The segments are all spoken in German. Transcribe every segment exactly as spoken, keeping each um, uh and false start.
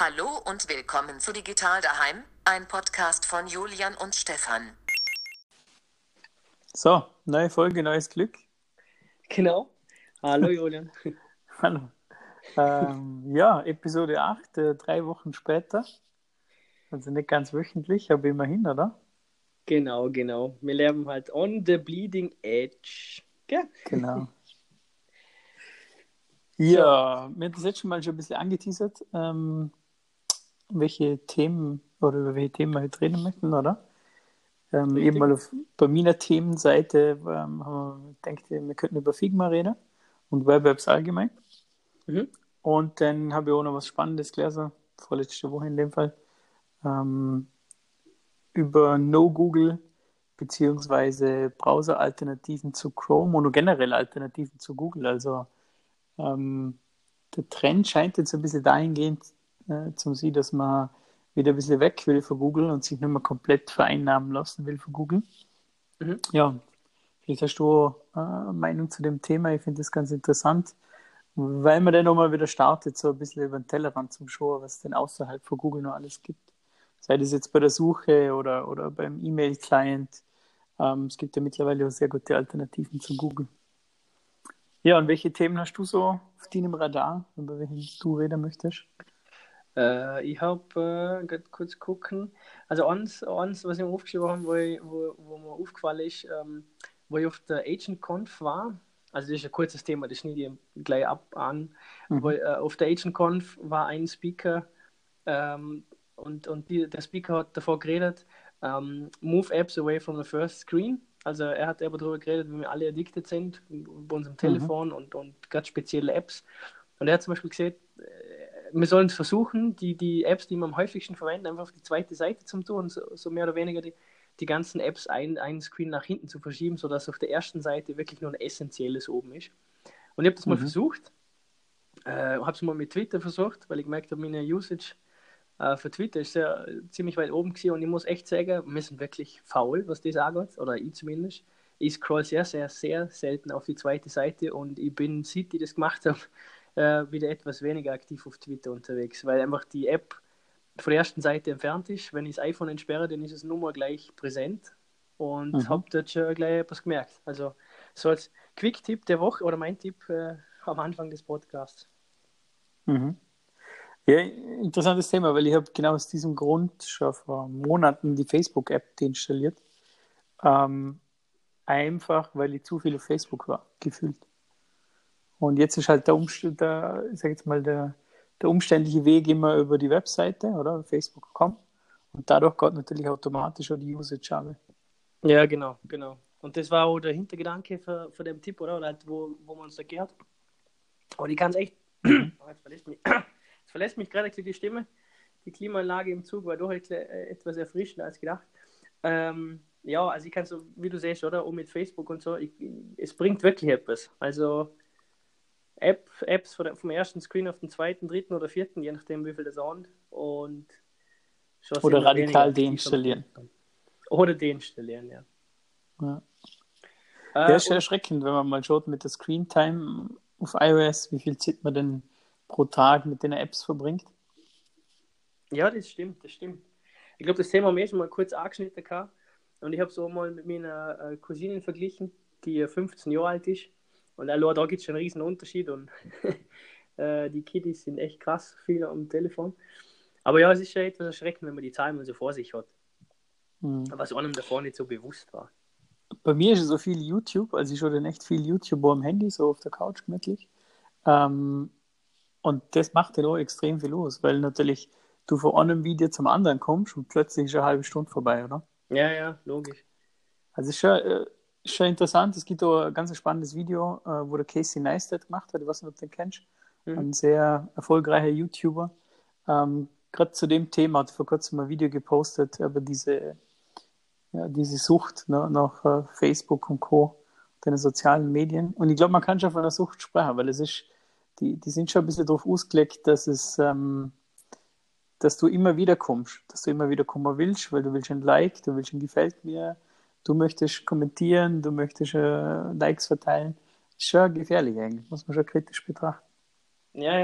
Hallo und willkommen zu Digital daheim, ein Podcast von Julian und Stefan. So, neue Folge, neues Glück. Genau. Hallo Julian. Hallo. Ähm, ja, Episode acht, äh, drei Wochen später. Also nicht ganz wöchentlich, aber immerhin, oder? Genau, genau. Wir leben halt on the bleeding edge. Gell? Genau. So. Ja, mir hat das jetzt schon mal schon ein bisschen angeteasert, ähm, welche Themen oder über welche Themen wir heute reden möchten, oder? Ähm, eben mal auf, bei meiner Themenseite ähm, haben wir gedacht, wir könnten über Figma reden und Web Apps allgemein. Mhm. Und dann habe ich auch noch was Spannendes gelesen, vorletzte Woche in dem Fall, ähm, über No-Google beziehungsweise Browser-Alternativen zu Chrome oder generell Alternativen zu Google. Also ähm, der Trend scheint jetzt ein bisschen dahingehend äh, zu sein, dass man wieder ein bisschen weg will von Google und sich nicht mehr komplett vereinnahmen lassen will von Google. Mhm. Ja, vielleicht hast du äh, eine Meinung zu dem Thema. Ich finde das ganz interessant, weil man dann nochmal wieder startet, so ein bisschen über den Tellerrand zum Schauen, was es denn außerhalb von Google noch alles gibt. Sei das jetzt bei der Suche oder, oder beim E-Mail-Client. Ähm, es gibt ja mittlerweile auch sehr gute Alternativen zu Google. Ja, und welche Themen hast du so auf deinem Radar, über welche du reden möchtest? Äh, ich habe äh, kurz gucken. Also eins, eins, was ich mir aufgeschrieben habe, wo, ich, wo, wo mir aufgefallen ist, ähm, wo ich auf der AgentConf war. Also das ist ein kurzes Thema, das schneide ich gleich ab an. Mhm. Wo, äh, auf der AgentConf war ein Speaker, ähm, und, und die, der Speaker hat davor geredet, ähm, Move Apps away from the first screen. Also er hat aber darüber geredet, wie wir alle addicted sind bei unserem Telefon Mhm. und, und ganz spezielle Apps. Und er hat zum Beispiel gesagt, äh, wir sollen versuchen, die, die Apps, die wir am häufigsten verwenden, einfach auf die zweite Seite zu tun, so, so mehr oder weniger die, die ganzen Apps ein, einen Screen nach hinten zu verschieben, sodass auf der ersten Seite wirklich nur ein Essentielles oben ist. Und ich habe das mal Mhm. versucht, äh, habe es mal mit Twitter versucht, weil ich gemerkt habe, meine Usage äh, für Twitter ist ja ziemlich weit oben gewesen und ich muss echt sagen, wir sind wirklich faul, was das angeht, oder ich zumindest. Ich scroll sehr, sehr, sehr selten auf die zweite Seite und ich bin, seit ich das gemacht habe, äh, wieder etwas weniger aktiv auf Twitter unterwegs, weil einfach die App von der ersten Seite entfernt ist. Wenn ich das iPhone entsperre, dann ist es nur mal gleich präsent und Mhm. habe dort schon gleich etwas gemerkt. Also so als Quick-Tipp der Woche oder mein Tipp äh, am Anfang des Podcasts. Mhm. Ja, interessantes Thema, weil ich habe genau aus diesem Grund schon vor Monaten die Facebook-App deinstalliert. Ähm, einfach, weil ich zu viel auf Facebook war, gefühlt. Und jetzt ist halt der, Umst- der, ich sag jetzt mal, der, der umständliche Weg immer über die Webseite oder facebook punkt com. Und dadurch geht natürlich automatisch auch die Usage runter. Ja, genau, genau. Und das war auch der Hintergedanke für, für den Tipp, oder? Oder halt, wo, wo man uns da gehört. Aber die kann es echt. Mhm. Oh, jetzt verlässt mich, jetzt verlässt mich gerade die Stimme. Die Klimaanlage im Zug war doch et- äh, etwas erfrischender als gedacht. Ähm, ja, also ich kann so, wie du siehst, oder? Auch mit Facebook und so, ich, es bringt wirklich etwas. Also App, Apps von der, vom ersten Screen auf den zweiten, dritten oder vierten, je nachdem, wie viel das sind. Und schon sind Oder wir weniger radikal aktiv am deinstallieren. Telefon. Oder deinstallieren, ja. Ja. Ja, Äh, ist ja und erschreckend, wenn man mal schaut mit der Screen Time auf iOS, wie viel Zeit man denn pro Tag mit den Apps verbringt. ja, das stimmt, das stimmt. Ich glaube, das Thema haben wir eh schon mal kurz angeschnitten gehabt. Und ich habe so mal mit meiner äh, Cousine verglichen, die fünfzehn Jahre alt ist. Und allein da gibt es schon einen riesen Unterschied. Und äh, die Kiddies sind echt krass viel am Telefon. Aber ja, es ist schon etwas erschreckend, wenn man die Zahlen mal so vor sich hat. Hm. Was einem davor nicht so bewusst war. Bei mir ist es so viel YouTube, also ich schaue dann echt viel YouTube am Handy, so auf der Couch gemütlich. Ähm, und das macht dann auch extrem viel los, weil natürlich du von einem Video zum anderen kommst und plötzlich ist eine halbe Stunde vorbei, oder? Ja, ja, logisch. Also es ist schon, äh, ist schon interessant. Es gibt auch ein ganz spannendes Video, äh, wo der Casey Neistat gemacht hat. Ich weiß nicht, ob du den kennst. Mhm. Ein sehr erfolgreicher YouTuber. Ähm, Gerade zu dem Thema hat vor kurzem ein Video gepostet über diese, ja, diese Sucht, ne, nach äh, Facebook und Co., den sozialen Medien. Und ich glaube, man kann schon von einer Sucht sprechen, weil es ist, die, die sind schon ein bisschen darauf ausgelegt, dass es, ähm, dass du immer wieder kommst, dass du immer wieder kommen willst, weil du willst ein Like, du willst ein Gefällt mir, du möchtest kommentieren, du möchtest äh, Likes verteilen. Ist schon gefährlich eigentlich, muss man schon kritisch betrachten. Ja, ja.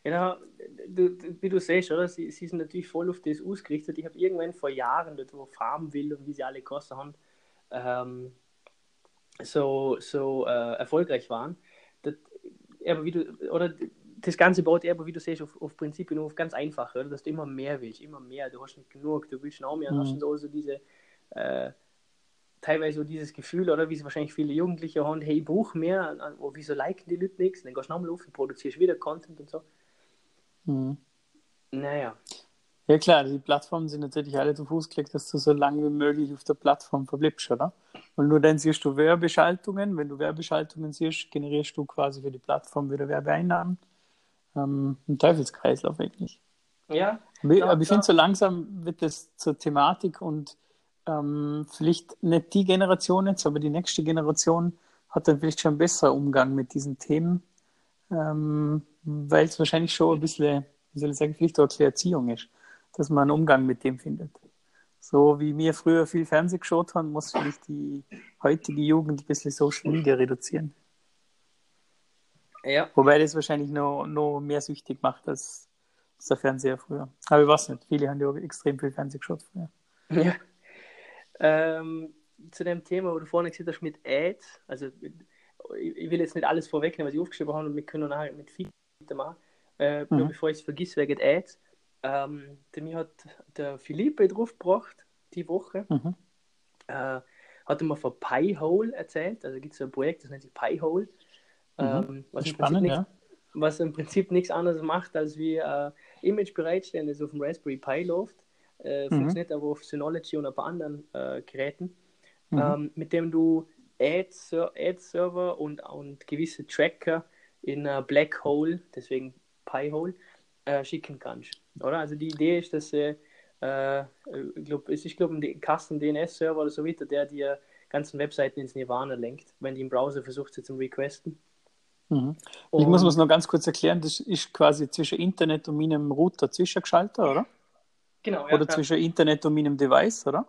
Ja, du, du, wie du siehst, oder? Sie, sie sind natürlich voll auf das ausgerichtet. Ich habe irgendwann vor Jahren, dort wo Farmville und wie sie alle gekostet haben, ähm, so, so äh, erfolgreich waren. Das, aber wie du, oder das Ganze baut aber, wie du siehst, auf, auf Prinzipien auf ganz einfach, oder? Dass du immer mehr willst, immer mehr. Du hast nicht genug, du willst noch mehr. Und hast Mhm. dann so, so diese, äh, teilweise so dieses Gefühl, oder wie es wahrscheinlich viele Jugendliche haben, hey, ich brauche mehr, oh, wieso liken die Leute nichts? Dann gehst du nochmal auf und produzierst wieder Content und so. Mhm. Naja. Ja klar, die Plattformen sind natürlich alle darauf ausgelegt, dass du so lange wie möglich auf der Plattform verbleibst, oder? Und nur dann siehst du Werbeschaltungen. Wenn du Werbeschaltungen siehst, generierst du quasi für die Plattform wieder Werbeeinnahmen. Ähm, ein Teufelskreislauf eigentlich. Ja, Aber ich, da, aber ich finde, da, so langsam wird das zur Thematik und ähm, vielleicht nicht die Generation jetzt, aber die nächste Generation hat dann vielleicht schon einen besseren Umgang mit diesen Themen, ähm, weil es wahrscheinlich schon ein bisschen, wie soll ich sagen, vielleicht auch eine Erziehung ist, dass man einen Umgang mit dem findet. So wie wir früher viel Fernsehen geschaut haben, muss vielleicht die heutige Jugend ein bisschen Social Media reduzieren. ja, Wobei das wahrscheinlich noch, noch mehr süchtig macht als der Fernseher früher. Aber ich weiß nicht, viele haben ja auch extrem viel Fernsehen geschaut früher. ja. Ähm, zu dem Thema, wo du vorhin gesagt hast, mit Ads, also ich, ich will jetzt nicht alles vorwegnehmen, was ich aufgeschrieben habe, und wir können nachher mit viel machen. Äh, nur Mhm. bevor ich es vergesse, wegen Ads. Ähm, der, mir hat der Philippe draufgebracht, die Woche. Mhm. Äh, hat er mir von Pi-Hole erzählt. Also gibt es so ein Projekt, das nennt sich Pi-Hole. Mhm. Ähm, was im Prinzip Spannend, nichts ja. was im Prinzip nichts anderes macht, als wie äh, Image bereitstellen, das auf dem Raspberry Pi läuft. Äh, Mhm. funktioniert aber auf Synology und ein paar anderen äh, Geräten, Mhm. ähm, mit dem du Ad-Server und, und gewisse Tracker in ein Black Hole, deswegen Pi-Hole, äh, schicken kannst. Oder? Also die Idee ist, dass äh, äh, ich glaub, es ist, glaube ich, ein Custom D N S-Server oder so weiter, der dir ganzen Webseiten ins Nirvana lenkt, wenn die im Browser versucht, sie zum Requesten. Mhm. Ich muss es Und noch ganz kurz erklären, das ist quasi zwischen Internet und meinem Router zwischengeschaltet, oder? genau, ja, Oder ja. zwischen Internet und meinem Device, oder?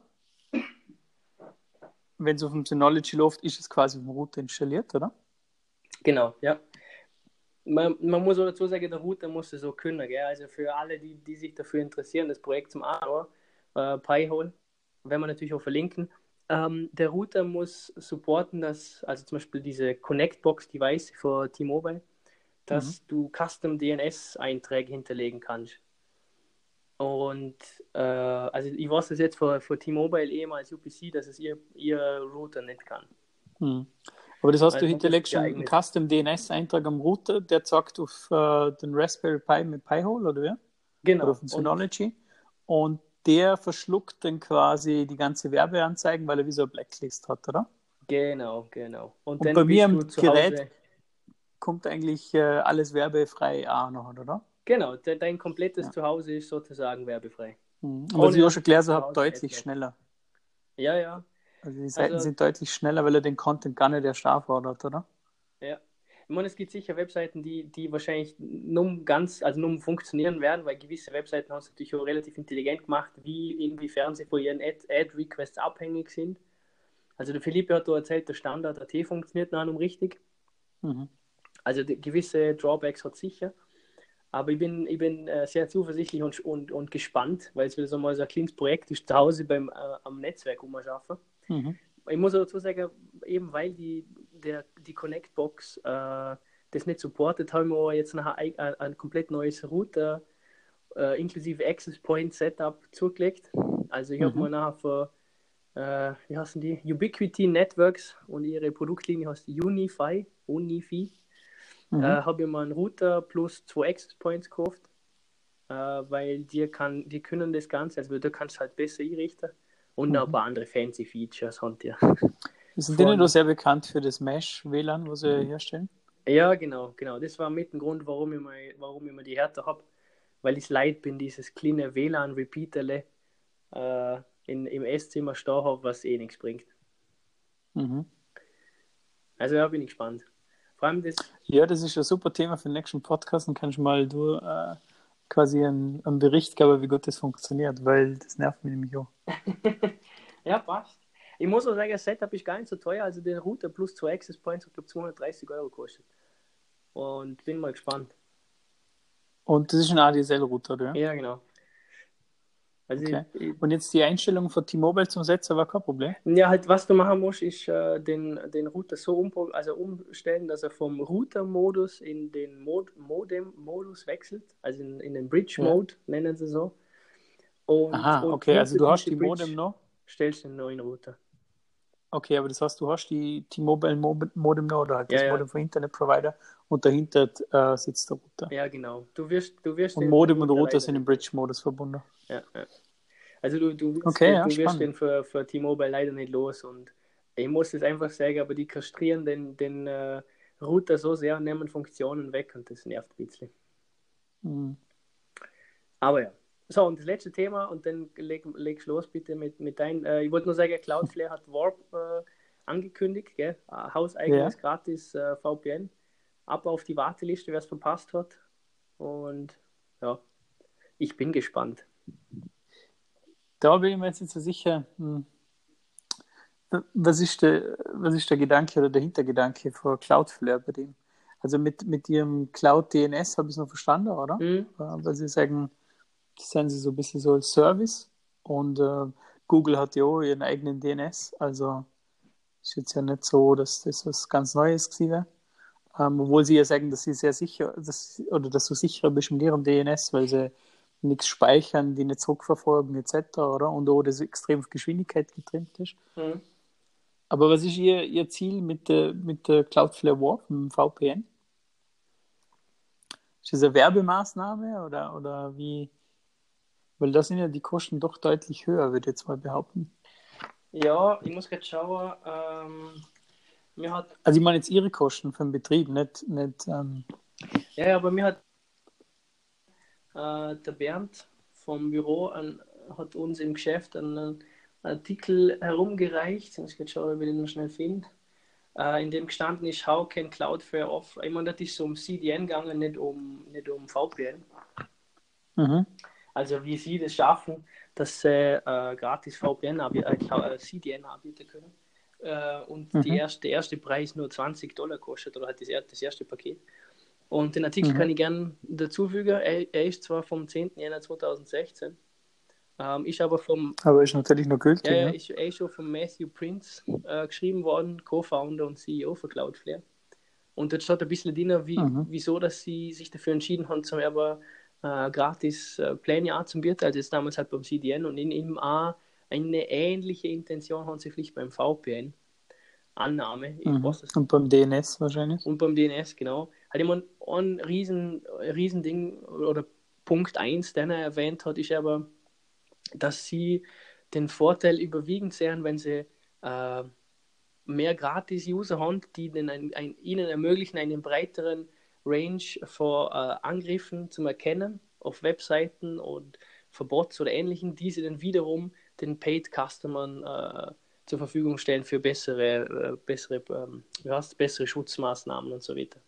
Wenn es auf dem Synology läuft, ist es quasi auf dem Router installiert, oder? Genau, ja. Man, man muss auch dazu sagen, der Router muss es so können. Gell? Also für alle, die, die sich dafür interessieren, das Projekt zum Anschauen, äh, Pi-Hole, werden wir natürlich auch verlinken. Ähm, der Router muss supporten, dass, also zum Beispiel diese Connect-Box-Device für T-Mobile, Mhm. dass du Custom-D N S-Einträge hinterlegen kannst. Und äh, also ich weiß das jetzt für, für T-Mobile, ehemals U P C, dass es ihr, ihr Router nicht kann. Mhm. Aber das heißt, du Also man muss hinterlegst sich schon einen eignet. Custom D N S-Eintrag am Router, der zeigt auf äh, den Raspberry Pi mit Pi-Hole, oder wie? Oder auf Genau. dem Und Synology. Und der verschluckt dann quasi die ganze Werbeanzeigen, weil er wie so eine Blacklist hat, oder? genau, genau. Und Und bei dann mir bist am du zu Gerät Hause. kommt eigentlich äh, alles werbefrei auch noch, oder? Genau, de, dein komplettes Ja. Zuhause ist sozusagen werbefrei. Mhm. Und was Ohne ich auch dass schon du von gelesen zu habe, Hause Ads deutlich läuft. schneller. Ja, ja. Also die Seiten Also, sind deutlich schneller, weil er den Content gar nicht erst anfordert, oder? ja. Ich meine, es gibt sicher Webseiten, die, die wahrscheinlich nur ganz, also nur funktionieren werden, weil gewisse Webseiten haben es natürlich auch relativ intelligent gemacht, wie inwiefern sie von ihren Ad-Requests abhängig sind. Also der Philippe hat da erzählt, der Standard A T funktioniert noch nicht richtig. Mhm. Also die, gewisse Drawbacks hat sicher. Aber ich bin, ich bin äh, sehr zuversichtlich und, und, und gespannt, weil es wieder so mal so ein kleines Projekt ist, zu Hause beim, äh, am Netzwerk umschaffen. Mhm. Ich muss dazu sagen, eben weil die, der, die Connect-Box äh, das nicht supportet, haben wir jetzt nachher ein, ein, ein komplett neues Router äh, inklusive Access Point Setup zugelegt. Also ich habe Mhm. mir nachher für, äh, wie heißen die? Ubiquiti Networks und ihre Produktlinie heißt Unify, Unify. Äh, Mhm. habe ich mir einen Router plus zwei Access Points gekauft, äh, weil die, kann, die können das Ganze, also du kannst halt besser einrichten und noch ein Mhm. paar andere fancy Features haben die. Sind die nicht auch Von, sehr bekannt für das Mesh-W L A N, was sie herstellen? ja, genau, genau. Das war mit dem Grund, warum ich mir, warum ich mir die Härte habe, weil ich leid bin, dieses kleine W L A N-Repeaterle äh, in, im Esszimmer stehen habe, was eh nichts bringt. Mhm. Also ja, bin ich gespannt. Vor allem das, Ja, das ist ein super Thema für den nächsten Podcast. Dann kannst du mal du äh, quasi einen, einen Bericht geben, wie gut das funktioniert, weil das nervt mich nämlich auch. ja, passt. Ich muss auch sagen, das Setup ist gar nicht so teuer. Also der Router plus zwei Access Points hat, glaube ich, zweihundertdreißig Euro gekostet. Und bin mal gespannt. Und das ist ein A D S L-Router, oder? Ja, genau. Also Okay. ich, Und jetzt die Einstellung von T-Mobile zum Setzen war kein Problem? ja, halt, was du machen musst, ist äh, den, den Router so umpro also umstellen, dass er vom Router-Modus in den Mod Modem-Modus wechselt, also in, in den Ja. Bridge-Mode, nennen sie so. Und, Aha, und okay, also hinter du hast diese die Bridge Modem noch? stellst du einen neuen Router. Okay, aber das heißt, du hast die T-Mobile Mo- Modem noch oder halt Ja, das ja, Modem vom Internetprovider und dahinter äh, sitzt der Router. ja, genau. Du wirst, du wirst Und den für Modem und Router Router leider sind im nicht los. Bridge-Modus verbunden. Ja, ja. Also du, du wirst Okay, den, ja, du wirst spannend. den für, für T-Mobile leider nicht los und ich muss das einfach sagen, aber die kastrieren den, den äh, Router so sehr und nehmen Funktionen weg und das nervt ein bisschen. Mhm. Aber ja. So, und das letzte Thema und dann leg, legst los bitte mit, mit dein. Äh, ich wollte nur sagen, Cloudflare hat Warp äh, angekündigt, gell? Äh, hauseigenes Ja. gratis äh, V P N. Ab auf die Warteliste, wer es verpasst hat. Und ja, ich bin gespannt. Da bin ich mir jetzt nicht so sicher, hm, was ist der, was ist der Gedanke oder der Hintergedanke von Cloudflare bei dem? Also mit, mit ihrem Cloud-D N S habe ich es noch verstanden, oder? Mhm. Äh, Weil sie sagen, das sind sie so ein bisschen so als Service und äh, Google hat ja auch ihren eigenen D N S, also ist jetzt ja nicht so, dass das was ganz Neues gewesen wäre. Ähm, obwohl sie ja sagen, dass sie sehr sicher, dass, oder dass du sicherer bist mit ihrem D N S, weil sie nichts speichern, die nicht zurückverfolgen et cetera, oder? Und auch das extrem auf Geschwindigkeit getrimmt ist. Mhm. Aber was ist ihr, ihr Ziel mit der, mit der Cloudflare Warp, mit dem V P N? Ist das eine Werbemaßnahme oder, oder wie? Weil da sind ja die Kosten doch deutlich höher, würde ich jetzt mal behaupten. Ja, ich muss gerade schauen. Ähm, mir hat, Also ich meine jetzt ihre Kosten für den Betrieb, nicht, nicht ähm, ja, ja, aber mir hat äh, der Bernd vom Büro an, hat uns im Geschäft einen Artikel herumgereicht. Ich muss gerade schauen, ob ich den noch schnell finde. Äh, in dem gestanden ist, how can Cloudflare off? Ich meine, das ist so um C D N gegangen, nicht um, nicht um V P N. mhm. Also wie sie das schaffen, dass sie äh, gratis V P N äh, C D N anbieten können. Äh, und Mhm. die erste, der erste Preis nur zwanzig Dollar kostet, oder halt das, das erste Paket. Und den Artikel Mhm. kann ich gerne dazufügen. Er, er ist zwar vom zehnten Jänner zweitausendsechzehn, ähm, ist aber vom, Aber ist natürlich noch gültig, ja, ja, ne? ist, er ist schon von Matthew Prince äh, geschrieben worden, Co-Founder und C E O von Cloudflare. Und dort steht ein bisschen drin, wie, Mhm. wieso dass sie sich dafür entschieden haben, zum aber äh, gratis äh, Pläne anzubieten. Also jetzt damals halt beim C D N und in ihm auch eine ähnliche Intention haben sie vielleicht beim V P N. Annahme, ich Mhm. weiß es. Und beim D N S wahrscheinlich. Und beim D N S, genau. Hat jemand ein riesen, riesen Ding oder Punkt eins, den er erwähnt hat, ist aber, dass sie den Vorteil überwiegend sehen, wenn sie äh, mehr Gratis-User haben, die den ein, ein, ihnen ermöglichen, einen breiteren Range von äh, Angriffen zu erkennen auf Webseiten und für Bots oder Ähnlichem, die sie dann wiederum den Paid-Customern äh, zur Verfügung stellen für bessere, äh, bessere, ähm, wie heißt, bessere Schutzmaßnahmen und so weiter.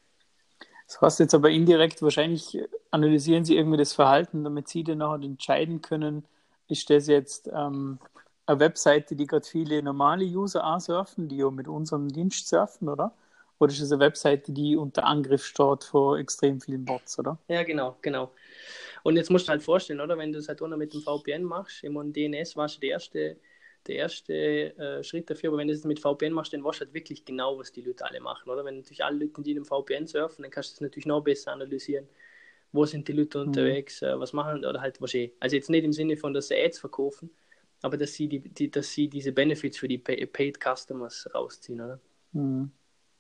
Das heißt jetzt aber indirekt, wahrscheinlich analysieren sie irgendwie das Verhalten, damit sie dann nachher entscheiden können, ist das jetzt ähm, eine Webseite, die gerade viele normale User ansurfen, die ja mit unserem Dienst surfen, oder? Oder ist es eine Webseite, die unter Angriff steht von extrem vielen Bots, oder? Ja, genau, genau. Und jetzt musst du halt vorstellen, oder? Wenn du es halt auch noch mit dem V P N machst, ich meine, D N S war schon der erste, der erste äh, Schritt dafür, aber wenn du es mit V P N machst, dann weißt du halt wirklich genau, was die Leute alle machen, oder? Wenn natürlich alle Leute, die in einem V P N surfen, dann kannst du es natürlich noch besser analysieren. Wo sind die Leute unterwegs, äh, was machen, oder halt was eh. Also jetzt nicht im Sinne von, dass sie Ads verkaufen, aber dass sie, die, die, dass sie diese Benefits für die Paid Customers rausziehen, oder? Mhm.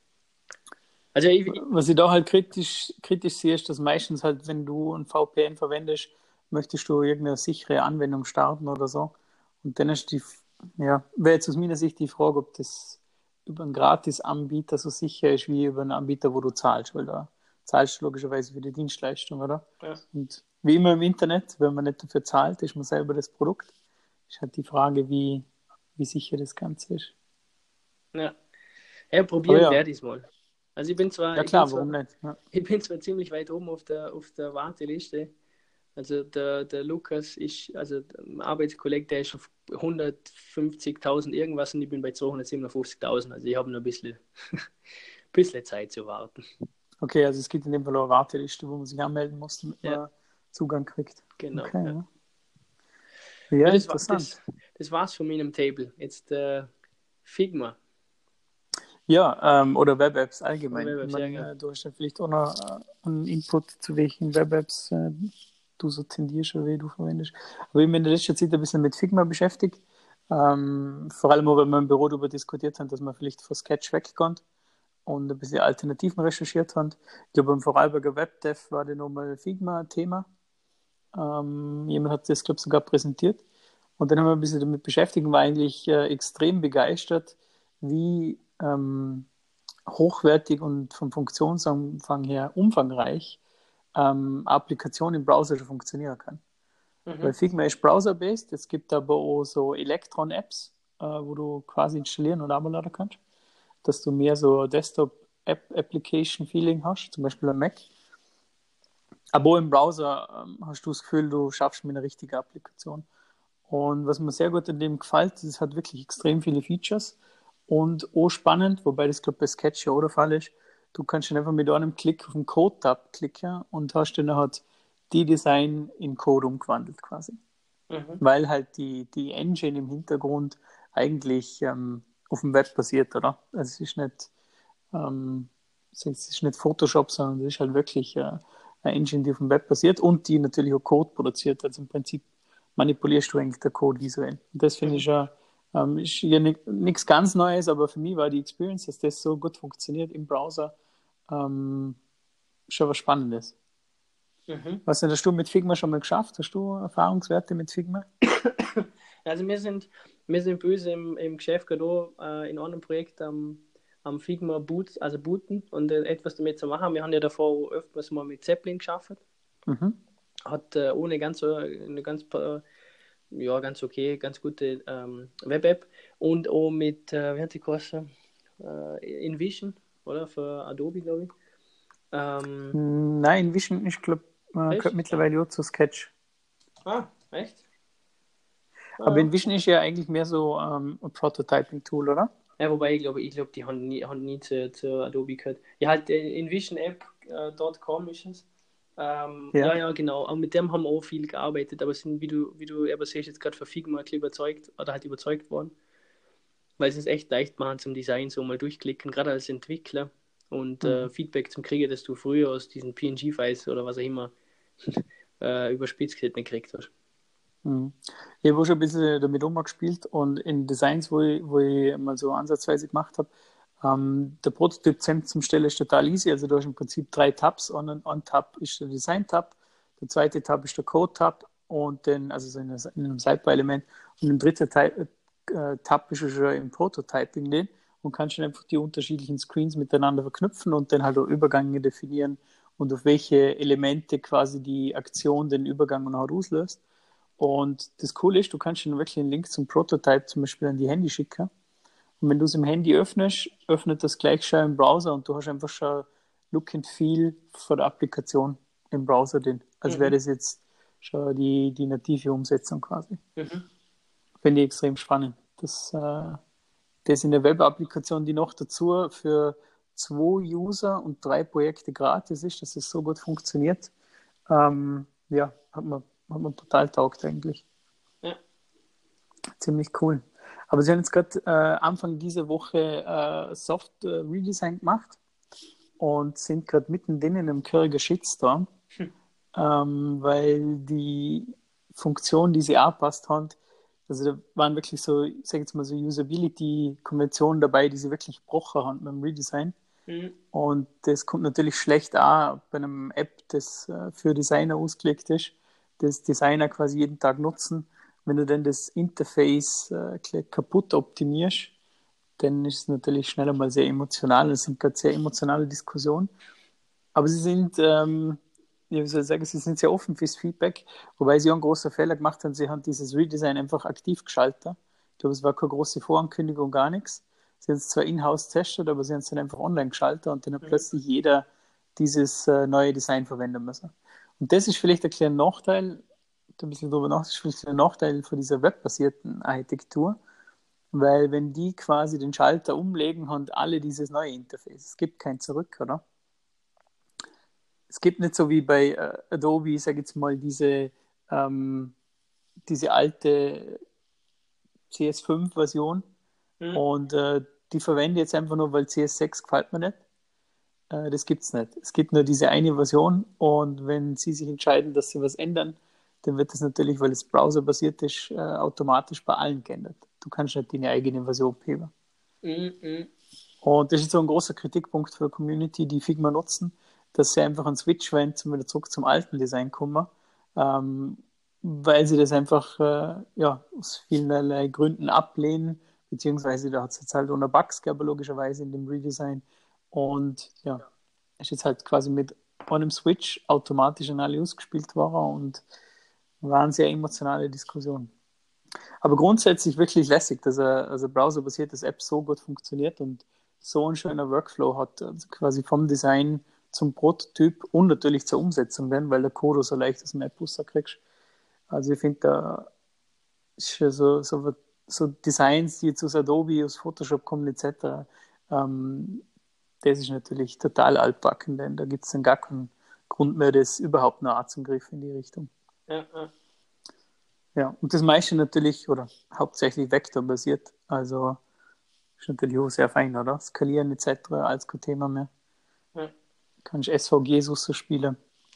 Also ich, ich, Was ich da halt kritisch, kritisch sehe, ist, dass meistens halt, wenn du ein V P N verwendest, möchtest du irgendeine sichere Anwendung starten oder so. Und dann ist die, ja, wäre jetzt aus meiner Sicht die Frage, ob das über einen Gratis-Anbieter so sicher ist wie über einen Anbieter, wo du zahlst, weil da zahlst du logischerweise für die Dienstleistung, oder? ja. Und wie immer im Internet, wenn man nicht dafür zahlt, ist man selber das Produkt. Ist halt die Frage, wie, wie sicher das Ganze ist. Ja, ja Aber probieren ja, werde ich es mal. Also ich bin zwar, ja ich bin klar, warum zwar, nicht? Ja. ich bin zwar ziemlich weit oben auf der, auf der Warteliste. Also der, der Lukas ist, also ein Arbeitskollege, der ist auf hundertfünfzigtausend irgendwas und ich bin bei zweihundertsiebenundfünfzigtausend. Also ich habe noch ein bisschen, bisschen Zeit zu warten. Okay, also es gibt in dem Fall eine Warteliste, wo man sich anmelden muss, damit Ja. man Zugang kriegt. Genau. Okay, Ja. ja. Ja, Ja, das, war, interessant. das, das war's von meinem Table. Jetzt äh, Figma. Ja, ähm, oder Web-Apps Oder allgemein. Ich Web-Apps, ja, meine, genau. äh, du hast ja vielleicht auch noch äh, einen Input, zu welchen Web-Apps äh, du so tendierst oder wie du verwendest. Aber ich bin in der letzten Zeit ein bisschen mit Figma beschäftigt. Ähm, vor allem auch, weil wir im Büro darüber diskutiert haben, dass man vielleicht von Sketch wegkommt und ein bisschen Alternativen recherchiert haben. Ich glaube, im Vorarlberger Webdev war da nochmal Figma ein Thema. Ähm, jemand hat das, glaube ich, sogar präsentiert. Und dann haben wir ein bisschen damit beschäftigt und war eigentlich äh, extrem begeistert, wie ähm, hochwertig und vom Funktionsumfang her umfangreich ähm, Applikation im Browser schon funktionieren kann. Weil Mhm. Figma ist browser-based, es gibt aber auch so Electron-Apps, äh, wo du quasi installieren und abladen kannst, dass du mehr so Desktop-App-Application-Feeling hast, zum Beispiel am Mac. Aber auch im Browser ähm, hast du das Gefühl, du schaffst mit einer richtigen Applikation. Und was mir sehr gut an dem gefällt, ist, es hat wirklich extrem viele Features und auch spannend, wobei das, glaube ich, bei Sketch ja auch der Fall ist. Du kannst dann einfach mit einem Klick auf den Code-Tab klicken und hast dann halt die Design in Code umgewandelt quasi. Mhm. Weil halt die, die Engine im Hintergrund eigentlich ähm, auf dem Web basiert, oder? Also es ist nicht, ähm, es ist nicht Photoshop, sondern es ist halt wirklich äh, eine Engine, die auf dem Web basiert und die natürlich auch Code produziert. Also im Prinzip manipulierst du eigentlich den Code visuell. Und das finde Mhm. ich ja, ähm, ist ja nichts ganz Neues, aber für mich war die Experience, dass das so gut funktioniert im Browser, ähm, schon was Spannendes. Mhm. Was hast du mit Figma schon mal geschafft? Hast du Erfahrungswerte mit Figma? Also wir sind, wir sind böse im, im Geschäft gerade äh, in einem Projekt am, am Figma Boot, also booten und äh, etwas damit zu machen. Wir haben ja davor öfters mal mit Zeppelin geschafft. Mhm. Hat äh, ohne ganz so eine ganz äh, ja ganz okay, ganz gute ähm, Web-App und auch mit äh, wie hat die geheißen? Äh, InVision, oder? Für Adobe, glaube ich. Ähm, Nein, Vision, ich glaube, man gehört echt? mittlerweile auch zu Sketch. Ah, echt? Aber Ah, InVision ist ja eigentlich mehr so ähm, ein Prototyping-Tool, oder? ja, wobei ich glaube, ich glaube, die haben nie, haben nie zu, zu Adobe gehört. Ja, halt äh, InVision App Punkt com ist es. Ähm, ja, Ja. ja, genau. Und mit dem haben wir auch viel gearbeitet, aber sind, wie du, wie du aber siehst, jetzt gerade für Figma ein bisschen überzeugt oder halt überzeugt worden, weil es ist echt leicht machen zum Design, so mal durchklicken, gerade als Entwickler und äh, Mhm. Feedback zum Kriegen, dass du früher aus diesen P N G-Files oder was auch immer äh, überspitzt gesagt nicht gekriegt hast. Mhm. Ich habe auch schon ein bisschen damit umgespielt und in Designs, wo ich, wo ich mal so ansatzweise gemacht habe, ähm, der Prototyp zum Stelle ist total easy. Also du hast im Prinzip drei Tabs. Ein, ein Tab ist der Design-Tab, der zweite Tab ist der Code-Tab und dann, also so in, einer- in einem Sidebar-Element. Und im dritten Teil, äh, Tab bist du schon im Prototyping drin und kannst dann einfach die unterschiedlichen Screens miteinander verknüpfen und dann halt auch Übergänge definieren und auf welche Elemente quasi die Aktion den Übergang noch auslöst. Und das Coole ist, du kannst dann wirklich einen Link zum Prototype zum Beispiel an die Handy schicken. Und wenn du es im Handy öffnest, öffnet das gleich schon im Browser und du hast einfach schon Look and Feel von der Applikation im Browser drin. Als wäre Mhm. das jetzt schon die, die native Umsetzung quasi. Mhm. Finde ich extrem spannend. Das, äh, das in der Web-Applikation, die noch dazu für zwei User und drei Projekte gratis ist, dass es so gut funktioniert. Ähm, ja, hat man, hat man total taugt eigentlich. Ja. Ziemlich cool. Aber Sie haben jetzt gerade äh, Anfang dieser Woche äh, Soft äh, Redesign gemacht und sind gerade mittendrin in einem Curriger Shitstorm, Hm. ähm, weil die Funktion, die sie angepasst haben, also da waren wirklich so, ich sage jetzt mal so Usability-Konventionen dabei, die sie wirklich gebrochen haben mit dem Redesign. Mhm. Und das kommt natürlich schlecht an bei einem App, das äh, für Designer ausgelegt ist, das Designer quasi jeden Tag nutzen. Wenn du dann das Interface äh, kaputt optimierst, dann ist es natürlich schnell einmal sehr emotional. Es sind gerade sehr emotionale Diskussionen. Aber sie sind, ähm, wie soll ich sagen, sie sind sehr offen fürs Feedback, wobei sie auch einen großen Fehler gemacht haben. Sie haben dieses Redesign einfach aktiv geschaltet. Ich glaube, es war keine große Vorankündigung, gar nichts. Sie haben es zwar in-house testet, aber sie haben es dann einfach online geschaltet und dann hat Mhm. plötzlich jeder dieses äh, neue Design verwenden müssen. Und das ist vielleicht ein kleiner Nachteil, da ein bisschen drüber nach, das ist vielleicht ein Nachteil von dieser webbasierten Architektur, weil wenn die quasi den Schalter umlegen, haben alle dieses neue Interface. Es gibt kein Zurück, oder? es gibt nicht so wie bei äh, Adobe, ich sage jetzt mal, diese, ähm, diese alte C S fünf Version Hm. und äh, die verwende ich jetzt einfach nur, weil C S sechs gefällt mir nicht. Äh, das gibt es nicht. Es gibt nur diese eine Version und wenn Sie sich entscheiden, dass Sie was ändern, dann wird das natürlich, weil es browserbasiert ist, äh, automatisch bei allen geändert. Du kannst nicht deine eigene Version heben. Hm, hm. Und das ist so ein großer Kritikpunkt für die Community, die Figma nutzen, dass sie einfach einen Switch wollen, zum wieder zurück zum alten Design kommen, ähm, weil sie das einfach äh, ja, aus vielerlei Gründen ablehnen, beziehungsweise da hat es jetzt halt ohne Bugs gegeben, logischerweise in dem Redesign. Und ja, ist jetzt halt quasi mit einem Switch automatisch an alle ausgespielt worden und war eine sehr emotionale Diskussion. Aber grundsätzlich wirklich lässig, dass eine also browserbasierte App so gut funktioniert und so ein schöner Workflow hat, also quasi vom Design zum Prototyp und natürlich zur Umsetzung dann, weil der Code so leicht aus dem App rauskriegst. Also ich finde, da ist so, so, so Designs, die jetzt aus Adobe, aus Photoshop kommen et cetera, ähm, das ist natürlich total altbacken, denn da gibt es dann gar keinen Grund mehr, das überhaupt noch anzugreifen in die Richtung. Ja, ja. Ja, und das meiste natürlich, oder hauptsächlich vektorbasiert, also ist natürlich auch sehr fein, oder? Skalieren et cetera als kein Thema mehr. Ja. Kann ich S V Gs so spielen.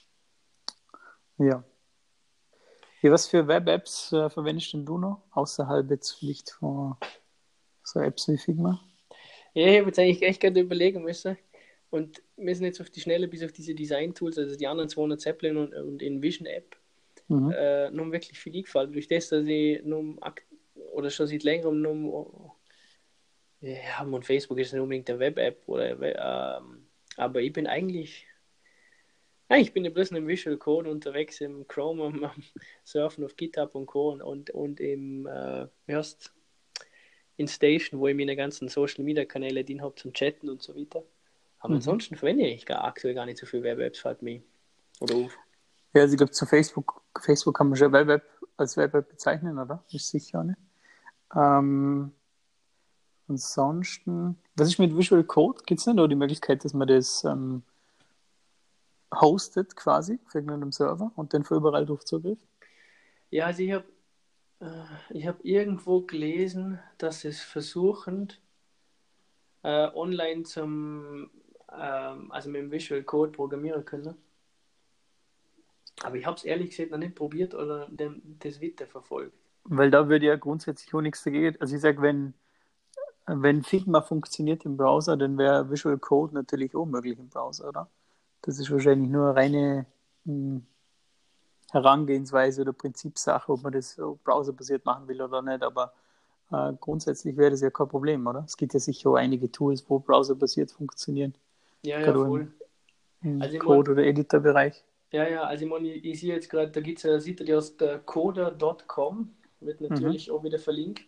Ja. Ja, was für Web-Apps äh, verwendest denn du noch? Außerhalb jetzt vielleicht von so Apps wie Figma? Ja, ich habe jetzt eigentlich echt gerade überlegen müssen. Und wir sind jetzt auf die Schnelle bis auf diese Design-Tools, also die anderen zweihundert Zeppelin und, und InVision-App, Mhm. äh, noch wirklich viel gefallen. Durch das, dass ich nun oder schon seit längerem nur ja, und Facebook ist nicht unbedingt eine Web-App oder ähm, aber ich bin eigentlich ja, ich bin ja bloß im Visual Code unterwegs im Chrome am, am Surfen auf GitHub und Co. und, und, und im äh, wie heißt, in Station, wo ich meine ganzen Social Media Kanäle drin habe zum Chatten und so weiter. Aber Mhm. ansonsten verwende ich gar, aktuell gar nicht so viel Web-Apps, fällt mir oder auf. Ja, also ich glaube, zu Facebook, Facebook kann man schon Web-App als Web-App bezeichnen, oder? Ist sicher auch nicht. Ähm, ansonsten, was ist mit Visual Code? Gibt es nicht noch die Möglichkeit, dass man das ähm, hostet quasi auf irgendeinem Server und dann für überall drauf zugreift? Ja, also ich habe äh, ich hab irgendwo gelesen, dass sie es versuchen, äh, online zum, ähm, also mit dem Visual Code programmieren können. Aber ich habe es ehrlich gesagt noch nicht probiert oder dem, das weiter verfolgt. Weil da würde ja grundsätzlich auch nichts dagegen. Also ich sage, wenn, wenn Figma funktioniert im Browser, dann wäre Visual Code natürlich auch möglich im Browser, oder? Das ist wahrscheinlich nur eine reine mh, Herangehensweise oder Prinzipsache, ob man das so browserbasiert machen will oder nicht, aber äh, grundsätzlich wäre das ja kein Problem, oder? Es gibt ja sicher auch einige Tools, wo browserbasiert funktionieren, Ja, ja, gerade im, voll. im Also ich mein, Code- oder Editorbereich. ja, ja, also ich meine, ich, ich sehe jetzt gerade, da gibt's ja, sieht ihr die aus der coder Punkt com, wird Mhm. natürlich auch wieder verlinkt.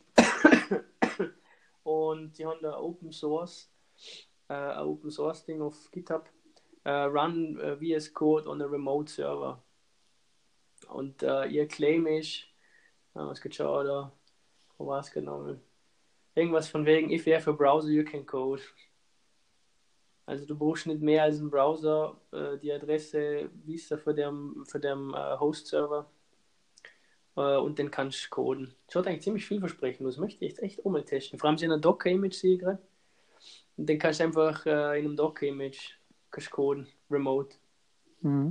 Und die haben da Open Source, äh, ein Open Source Ding auf GitHub, äh, Run äh, V S Code on a Remote Server. Und äh, ihr Claim ist, äh, was geht schon, oder, wo war es genau? Irgendwas von wegen, if you have a browser, you can code. Also du brauchst nicht mehr als einen Browser, äh, die Adresse wissen von dem, von dem äh, Host-Server äh, und den kannst du coden. Schaut eigentlich ziemlich vielversprechend aus. Möchte ich jetzt echt auch mal testen. Vor allem in einer Docker-Image sehe ich gerade. Und den kannst du einfach äh, in einem Docker-Image kannst coden, remote. Mhm.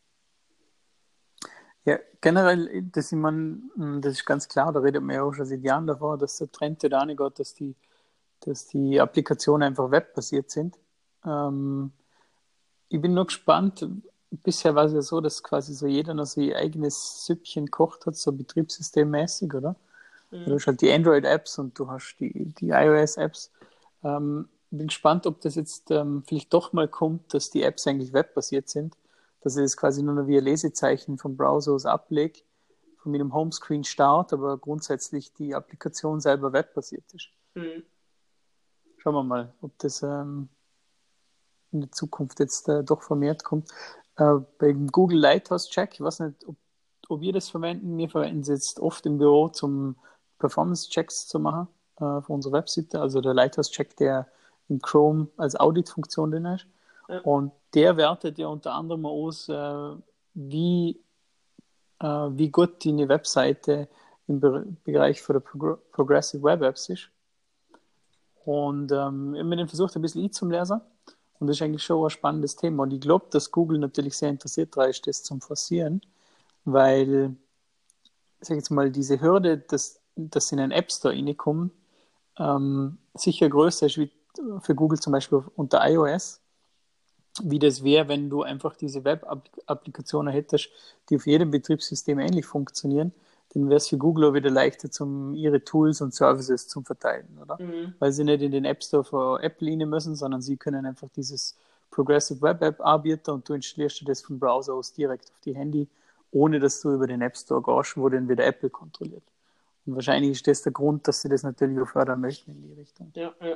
Ja, generell, das, ich mein, das ist ganz klar, da redet man ja auch schon seit Jahren davor, dass der Trend da geht, dass die, dass die Applikationen einfach webbasiert sind. Ähm, ich bin nur gespannt, bisher war es ja so, dass quasi so jeder noch sein eigenes Süppchen kocht hat, so betriebssystemmäßig, oder? Mhm. Du hast halt die Android-Apps und du hast die, die iOS-Apps. Ähm, bin gespannt, ob das jetzt ähm, vielleicht doch mal kommt, dass die Apps eigentlich webbasiert sind, dass ich das quasi nur noch wie ein Lesezeichen vom Browser aus ablege, von meinem Homescreen start, aber grundsätzlich die Applikation selber webbasiert ist. Mhm. Schauen wir mal, ob das ähm, in der Zukunft jetzt äh, doch vermehrt kommt. Äh, beim Google Lighthouse Check, ich weiß nicht, ob, ob wir das verwenden. Wir verwenden es jetzt oft im Büro, zum Performance-Checks zu machen äh, für unsere Webseite. Also der Lighthouse Check, der in Chrome als Audit-Funktion drin ist. Ja. Und der wertet ja unter anderem aus, äh, wie, äh, wie gut deine Webseite im Be- Bereich von der Progr Progressive Web Apps ist. Und ähm, ich habe mir den versucht, ein bisschen einzulesen. Und das ist eigentlich schon ein spannendes Thema. Und ich glaube, dass Google natürlich sehr interessiert daran ist, das zu forcieren, weil, ich sage jetzt mal, diese Hürde, dass, dass sie in einen App Store reinkommen, ähm, sicher größer ist wie für Google zum Beispiel unter iOS, wie das wäre, wenn du einfach diese Web-Applikationen hättest, die auf jedem Betriebssystem ähnlich funktionieren, dann wäre es für Google auch wieder leichter, zum, ihre Tools und Services zu verteilen, oder? Mhm. Weil sie nicht in den App Store von Apple rein müssen, sondern sie können einfach dieses Progressive Web App anbieten und du installierst dir das vom Browser aus direkt auf die Handy, ohne dass du über den App Store gehst, wo dann wieder Apple kontrolliert. Und wahrscheinlich ist das der Grund, dass sie das natürlich auch fördern möchten in die Richtung. Ja, ja.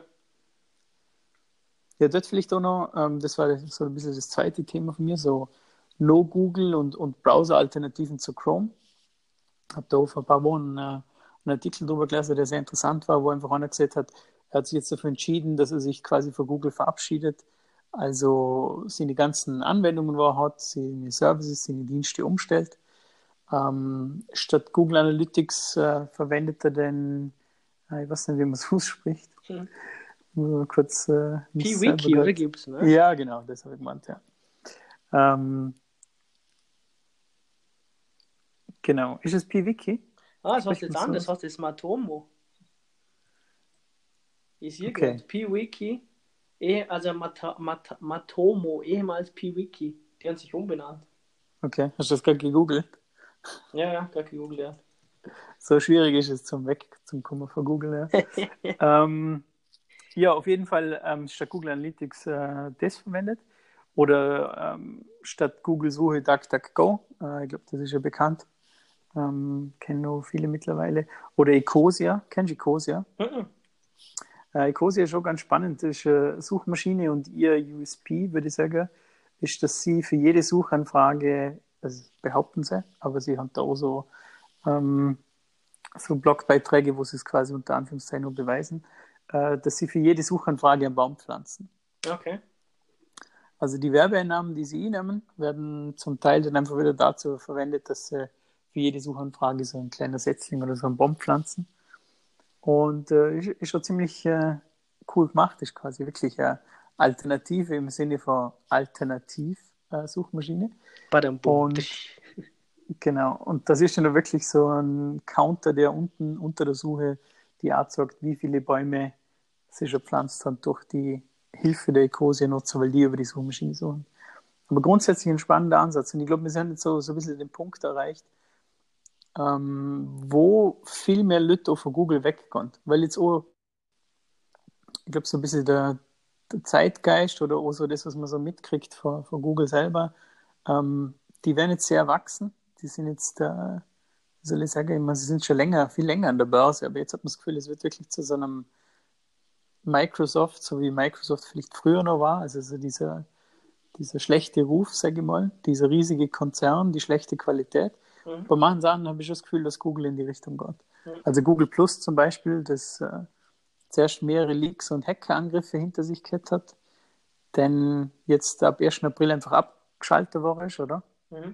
Ja, dort vielleicht auch noch, ähm, das war so ein bisschen das zweite Thema von mir, so No Google und, und Browser-Alternativen zu Chrome. Ich habe da vor ein paar Wochen äh, einen Artikel drüber gelesen, der sehr interessant war, wo einfach einer gesagt hat, er hat sich jetzt dafür entschieden, dass er sich quasi von Google verabschiedet, also seine ganzen Anwendungen, wo er hat, seine Services, seine Dienste umstellt. Ähm, statt Google Analytics äh, verwendet er den, äh, ich weiß nicht, wie man es ausspricht. Hm. Muss mal kurz äh, mich selber P-Wiki, oder grad- gibt's, ne? Ja, genau, das habe ich gemeint, ja. Ähm, genau. Ist es P-Wiki? Ah, das heißt Spricht jetzt man so anders, aus? das heißt jetzt Matomo. Ich sehe Okay. gerade, P-Wiki, eh, also Mata, Mata, Matomo, ehemals P-Wiki. Die haben sich umbenannt. Okay. Hast du das gerade gegoogelt? Ja, ja, gar gegoogelt, ja. So schwierig ist es zum Weg, zum Kommen von Google, ja. ähm, ja, auf jeden Fall ähm, statt Google Analytics äh, das verwendet. Oder ähm, statt Google Suche DuckDuckGo. Äh, ich glaube, das ist ja bekannt. Ähm, kennen nur viele mittlerweile. Oder Ecosia. Kennst du Ecosia? Mhm. Äh, Ecosia ist schon ganz spannend. Das ist eine Suchmaschine und ihr U S P, würde ich sagen, ist, dass sie für jede Suchanfrage, also behaupten sie, aber sie haben da auch so, ähm, so Blogbeiträge, wo sie es quasi unter Anführungszeichen nur beweisen, äh, dass sie für jede Suchanfrage einen Baum pflanzen. Okay. Also die Werbeeinnahmen, die sie nehmen, werden zum Teil dann einfach wieder dazu verwendet, dass sie für jede Suchanfrage so ein kleiner Setzling oder so einen Baum pflanzen. Und äh, ist, ist schon ziemlich äh, cool gemacht, ist quasi wirklich eine Alternative im Sinne von Alternativ-Suchmaschine. Badam, bum. Und genau, und das ist dann wirklich so ein Counter, der unten unter der Suche die Art sagt, wie viele Bäume sie schon pflanzt haben durch die Hilfe der Ecosia-Nutzer, weil die über die Suchmaschine suchen. Aber grundsätzlich ein spannender Ansatz. Und ich glaube, wir sind jetzt so, so ein bisschen den Punkt erreicht, ähm, wo viel mehr Leute auch von Google weggehen. Weil jetzt auch, ich glaube, so ein bisschen der, der Zeitgeist oder auch so das, was man so mitkriegt von, von Google selber, ähm, die werden jetzt sehr wachsen. Die sind jetzt, äh, wie soll ich sagen, immer, sie sind schon länger, viel länger an der Börse, aber jetzt hat man das Gefühl, es wird wirklich zu so einem Microsoft, so wie Microsoft vielleicht früher noch war, also so dieser, dieser schlechte Ruf, sage ich mal, dieser riesige Konzern, die schlechte Qualität. Mhm. Bei manchen Sachen habe ich das Gefühl, dass Google in die Richtung geht. Mhm. Also Google Plus zum Beispiel, das äh, zuerst mehrere Leaks und Hackerangriffe hinter sich gehabt hat, denn jetzt ab ersten April einfach abgeschaltet worden ist, oder? Mhm.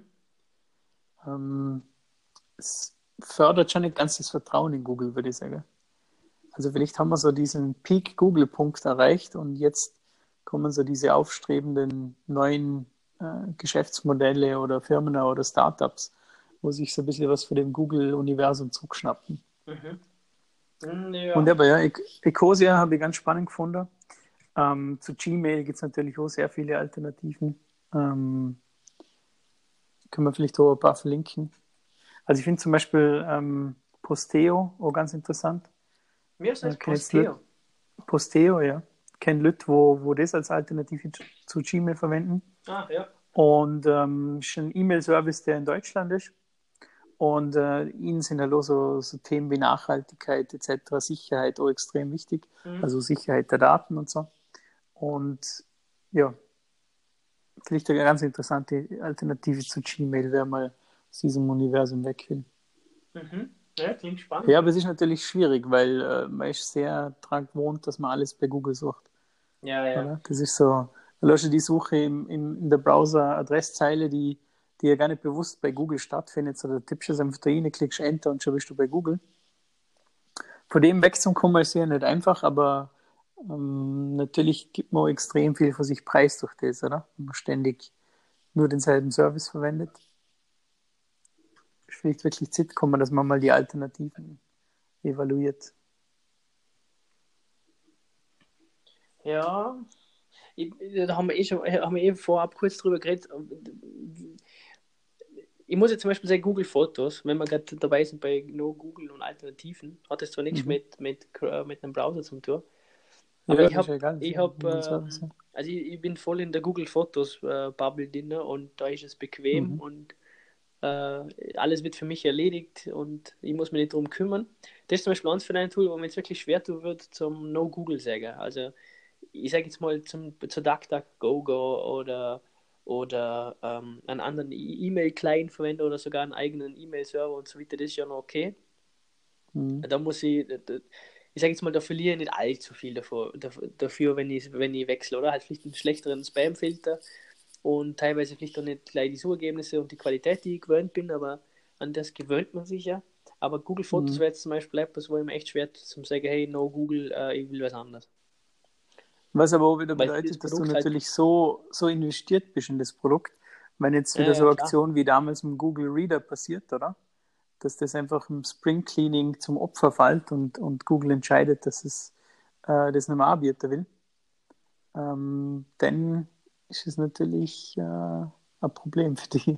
Ähm, es fördert schon nicht ganz das Vertrauen in Google, würde ich sagen. Also vielleicht haben wir so diesen Peak-Google-Punkt erreicht und jetzt kommen so diese aufstrebenden neuen äh, Geschäftsmodelle oder Firmen oder Startups, wo sich so ein bisschen was für dem Google-Universum zuschnappen. Mhm. Mhm, ja. Und aber ja, E- Ecosia habe ich ganz spannend gefunden. Ähm, zu Gmail gibt es natürlich auch sehr viele Alternativen. Ähm, können wir vielleicht auch ein paar verlinken. Also ich finde zum Beispiel ähm, Posteo auch ganz interessant. Wie heißt das? Äh, kenn jetzt Leute- Posteo. Posteo, ja. Ich kenne Leute, wo, wo das als Alternative zu Gmail verwenden. Ah, ja. Und ähm, ist ein E-Mail-Service, der in Deutschland ist. Und äh, ihnen sind halt auch so, so Themen wie Nachhaltigkeit et cetera, Sicherheit auch extrem wichtig. Mhm. Also Sicherheit der Daten und so. Und ja, vielleicht eine ganz interessante Alternative zu Gmail, wer mal aus diesem Universum weg will. Mhm. Ja, klingt spannend. Ja, aber es ist natürlich schwierig, weil äh, man ist sehr daran gewohnt, dass man alles bei Google sucht. Ja, ja. Oder? Das ist so, Da lösche die Suche im, im, in der Browser-Adresszeile, die, die ja gar nicht bewusst bei Google stattfindet. So, da tippst du es einfach da rein, klickst Enter und schon bist du bei Google. Von dem wegzukommen ist ja nicht einfach, aber ähm, natürlich gibt man auch extrem viel von sich preis durch das, oder? Wenn man ständig nur denselben Service verwendet. Ist vielleicht wirklich Zeit kommen, dass man mal die Alternativen evaluiert. Ja, ich, da haben wir eh schon haben wir eh vorab kurz drüber geredet. Ich muss jetzt zum Beispiel sagen, Google Fotos, wenn wir gerade dabei sind bei No Google und Alternativen, hat das zwar nichts Mhm. mit, mit, mit einem Browser zu tun, Ja, aber das ich ist ja habe, egal. ich Das ist hab, ja ein ähm, Service, ja. also ich, ich bin voll in der Google Fotos äh, Bubble drin und da ist es bequem Mhm. und äh, alles wird für mich erledigt und ich muss mich nicht darum kümmern. Das ist zum Beispiel eins von einem Tool, wo mir jetzt wirklich schwer tun wird zum No Google sagen. Also ich sage jetzt mal zum, zu DuckDuckGo go oder, oder ähm, einen anderen E- E-Mail-Client verwende oder sogar einen eigenen E-Mail-Server und so weiter, das ist ja noch okay. Mhm. Da muss ich, ich sage jetzt mal, da verliere ich nicht allzu viel davor, dafür, wenn ich, wenn ich wechsle, oder? Halt vielleicht einen schlechteren Spam-Filter und teilweise vielleicht auch nicht gleich die Suchergebnisse und die Qualität, die ich gewöhnt bin, aber an das gewöhnt man sich ja. Aber Google Fotos Mhm. wäre jetzt zum Beispiel etwas, wo ich mir echt schwer zum sagen, hey, no Google, äh, ich will was anderes. Was aber auch wieder Weil das bedeutet, dass du Produkt halt, natürlich so, so investiert bist in das Produkt, wenn jetzt ja, wieder so ja, eine klar. Aktion wie damals mit dem Google Reader passiert, oder? Dass das einfach im Spring Cleaning zum Opfer fällt und, und Google entscheidet, dass es äh, das nicht mehr anbieten will, ähm, dann ist es natürlich äh, ein Problem für die.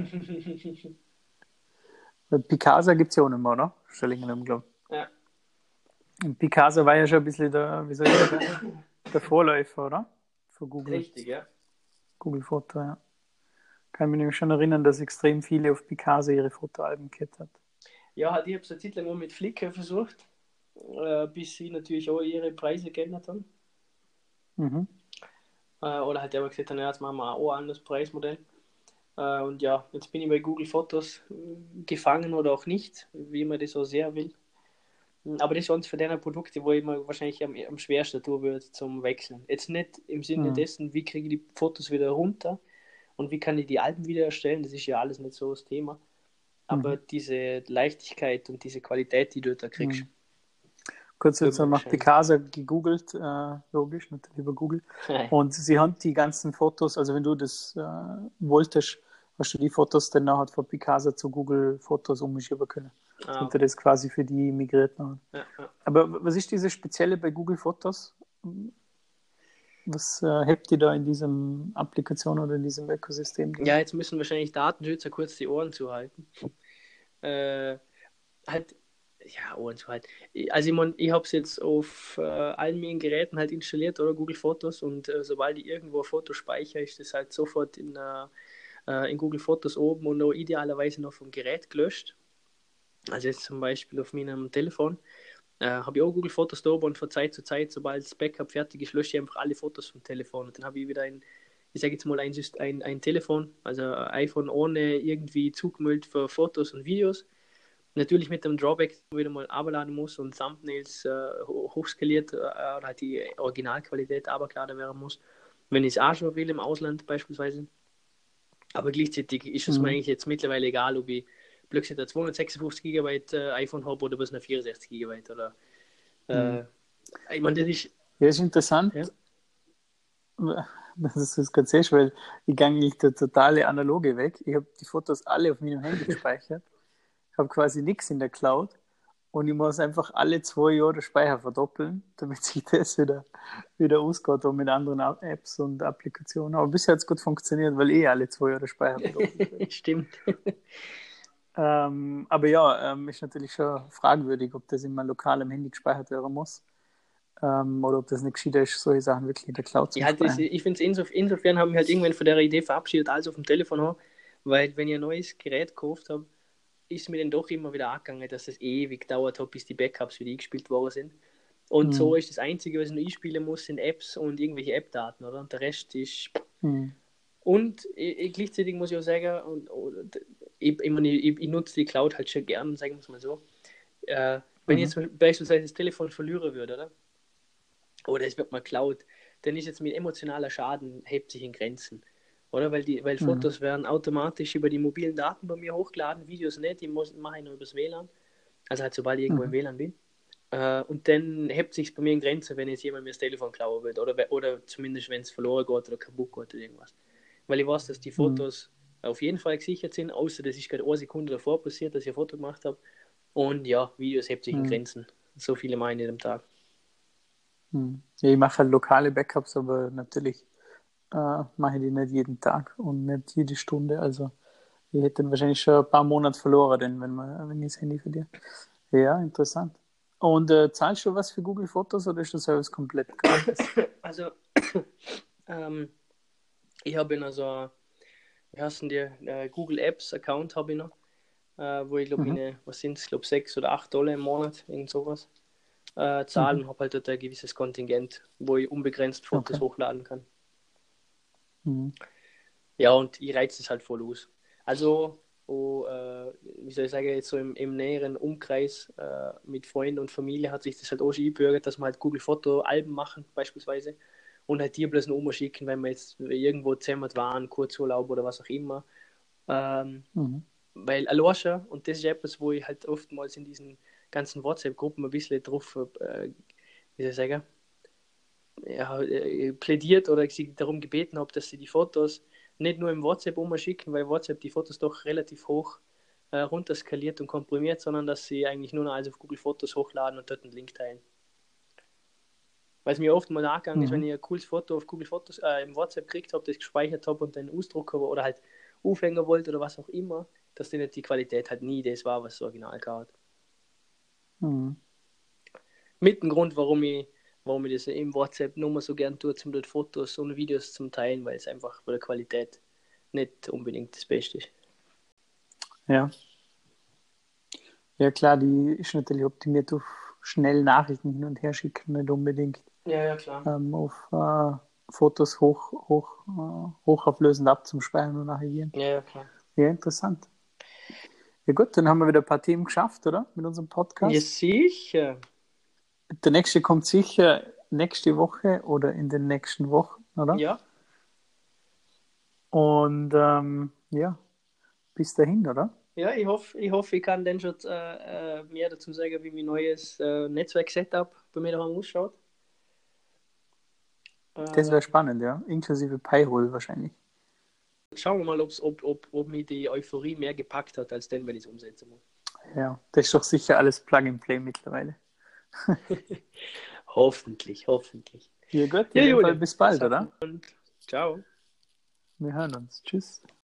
Weil Picasa gibt es ja auch nicht mehr, oder? Stellingen, glaube Ja, ich. Und Picasa war ja schon ein bisschen der, wie soll ich sagen, der Vorläufer, oder? Für Google, richtig, ja. Google Foto, ja. Kann mich nämlich schon erinnern, dass extrem viele auf Picasa ihre Fotoalben gehabt hat. Ja, halt, ich habe es eine Zeit lang auch mit Flickr versucht, äh, bis sie natürlich auch ihre Preise geändert haben. Mhm. Äh, oder halt aber gesagt haben, ja, jetzt machen wir auch ein anderes Preismodell. Äh, und ja, jetzt bin ich bei Google Fotos äh, gefangen oder auch nicht, wie man das so sehr will. Aber das ist eines von den Produkten, wo ich mir wahrscheinlich am, am schwersten tun würde zum Wechseln. Jetzt nicht im Sinne Mhm. dessen, wie kriege ich die Fotos wieder runter und wie kann ich die Alben wieder erstellen, das ist ja alles nicht so das Thema. Aber Mhm. diese Leichtigkeit und diese Qualität, die du da kriegst, Mhm. Kurz jetzt nach unwahrscheinlich. Picasa gegoogelt, äh, logisch, natürlich über Google. Und sie haben die ganzen Fotos, also wenn du das äh, wolltest, hast du die Fotos dann nachher von Picasa zu Google Fotos umschieben können. Ah, Sind okay. das quasi für die migriert nachher. Ja, ja. Aber was ist dieses Spezielle bei Google Fotos? Was äh, hebt ihr da in diesem Applikation oder in diesem Ökosystem drin? Ja, jetzt müssen wahrscheinlich Datenschützer kurz die Ohren zuhalten. Äh, halt, ja, Ohren zuhalten. Also ich mein, ich habe es jetzt auf äh, allen meinen Geräten halt installiert oder Google Fotos und äh, sobald ich irgendwo ein Foto speichere, ist das halt sofort in, äh, äh, in Google Fotos oben und noch idealerweise noch vom Gerät gelöscht. Also jetzt zum Beispiel auf meinem Telefon äh, habe ich auch Google Fotos da oben und von Zeit zu Zeit, sobald das Backup fertig ist, lösche ich einfach alle Fotos vom Telefon und dann habe ich wieder ein, ich sage jetzt mal ein, ein, ein Telefon, also ein iPhone ohne irgendwie zugemüllt für Fotos und Videos. Natürlich mit dem Drawback, dass man wieder mal abladen muss und Thumbnails äh, hochskaliert äh, oder halt die Originalqualität abgeladen werden muss, wenn ich es auch schon will im Ausland beispielsweise. Aber gleichzeitig ist es mir Mhm. eigentlich jetzt mittlerweile egal, ob ich plötzlich ein zweihundertsechsundfünfzig Gigabyte äh, iPhone habe oder bis eine vierundsechzig Gigabyte. Oder, Mhm. äh, ich meine, das ist. Ja, ist interessant. Ja. Das ist das ganz ehrlich, weil ich gehe eigentlich der totale Analoge weg. Ich habe die Fotos alle auf meinem Handy gespeichert, habe quasi nichts in der Cloud und ich muss einfach alle zwei Jahre den Speicher verdoppeln, damit sich das wieder, wieder ausgeht, auch mit anderen Apps und Applikationen. Aber bisher hat es gut funktioniert, weil eh alle zwei Jahre den Speicher verdoppelt wird. Stimmt. Ähm, aber ja, ähm, ist natürlich schon fragwürdig, ob das immer lokal am Handy gespeichert werden muss. Ähm, oder ob das nicht gescheiter ist, solche Sachen wirklich in der Cloud zu Ja, das, speichern. ich finde es insof insofern haben wir halt irgendwann von der Idee verabschiedet, alles auf dem Telefon haben, weil wenn ich ein neues Gerät gekauft habe, ist mir dann doch immer wieder angegangen, dass es ewig gedauert hat, bis die Backups wieder eingespielt worden sind. Und Mhm. so ist das Einzige, was ich noch einspielen muss, sind Apps und irgendwelche App-Daten, oder? Und der Rest ist. Mhm. Und ich, gleichzeitig muss ich auch sagen, und, und, ich, ich, ich, ich nutze die Cloud halt schon gern, sagen wir es mal so. Äh, wenn Mhm. ich jetzt beispielsweise das Telefon verlieren würde, oder? Oder es wird mal geklaut, dann ist jetzt mit emotionaler Schaden, hebt sich in Grenzen. Oder? Weil die, weil Mhm. Fotos werden automatisch über die mobilen Daten bei mir hochgeladen, Videos nicht, die muss, mache ich nur übers W L A N. Also halt sobald ich irgendwo im Mhm. W L A N bin. Äh, und dann hebt sich bei mir in Grenzen, wenn jetzt jemand mir das Telefon klauen will. Oder, oder zumindest wenn es verloren geht oder kaputt geht oder irgendwas. Weil ich weiß, dass die Mhm. Fotos auf jeden Fall gesichert sind, außer das ist gerade eine Sekunde davor passiert, dass ich ein Foto gemacht habe. Und ja, Videos hebt sich in Mhm. Grenzen. So viele meine ich am Tag. Mhm. Ja, ich mache halt lokale Backups, aber natürlich äh, mache ich die nicht jeden Tag und nicht jede Stunde. Also ich hätte dann wahrscheinlich schon ein paar Monate verloren, denn, wenn, man, wenn ich das Handy verliere. Ja, interessant. Und äh, zahlst du was für Google Fotos oder ist das alles komplett gratis? Also, ähm, ich habe noch so, ein- wie heißt denn die, äh, Google Apps Account habe ich noch, äh, wo ich glaube, Mhm. meine, was sind es, glaube sechs oder acht Dollar im Monat, irgend sowas, äh, zahlen, Mhm. habe halt dort ein gewisses Kontingent, wo ich unbegrenzt Fotos Okay. hochladen kann. Mhm. Ja, und ich reize es halt voll aus. Also, wo, äh, wie soll ich sagen, jetzt so im, im näheren Umkreis äh, mit Freunden und Familie hat sich das halt auch schon eingebürgert, dass wir halt Google-Foto-Alben machen, beispielsweise, und halt dir bloß eine schicken, wenn wir jetzt irgendwo zusammen waren, Kurzurlaub oder was auch immer. Ähm, Mhm. weil Alosha, und das ist etwas, wo ich halt oftmals in diesen ganzen WhatsApp-Gruppen ein bisschen drauf, äh, wie soll ich sagen, ja, äh, plädiert oder sie darum gebeten habe, dass sie die Fotos nicht nur im WhatsApp umschicken, weil WhatsApp die Fotos doch relativ hoch äh, runterskaliert und komprimiert, sondern dass sie eigentlich nur noch alles auf Google Fotos hochladen und dort einen Link teilen. Weil es mir oft mal nachgegangen ist, wenn Mhm. ich ein cooles Foto auf Google Fotos äh, im WhatsApp gekriegt habe, das ich gespeichert habe und dann ausdrucken oder halt aufhängen wollte oder was auch immer, dass die, nicht die Qualität halt nie das war, was das Original gehabt hat. Mhm. Mit dem Grund, warum ich, warum ich das im WhatsApp nur mal so gern tue, zum dort Fotos und Videos zum Teilen, weil es einfach von der Qualität nicht unbedingt das Beste ist. Ja. Ja, klar, die ist natürlich optimiert auf schnell Nachrichten hin und her schicken, nicht unbedingt Ja, ja, klar. ähm, auf äh, Fotos hoch, hoch, äh, hochauflösend abzuspeichern und archivieren. Ja, ja, klar. Ja, interessant. Ja gut, dann haben wir wieder ein paar Themen geschafft, oder? Mit unserem Ja, Podcast. sicher. Der nächste kommt sicher nächste Woche oder in den nächsten Wochen, oder? Ja, Und ähm, ja, bis dahin, oder? ja, ich hoffe, ich hoffe, ich kann dann schon äh, äh, mehr dazu sagen, wie mein neues äh, Netzwerk-Setup bei mir daheim ausschaut. Das Äh, wäre spannend, ja. Inklusive Pi-Hole wahrscheinlich. Schauen wir mal, ob's, ob, ob, ob mich die Euphorie mehr gepackt hat, als dann, wenn ich es umsetzen muss. Ja, das ist doch sicher alles Plug-and-Play mittlerweile. Hoffentlich, hoffentlich. Ja gut, Ja, in dem Fall Jule, bis bald, sag oder? und ciao. Wir hören uns. Tschüss.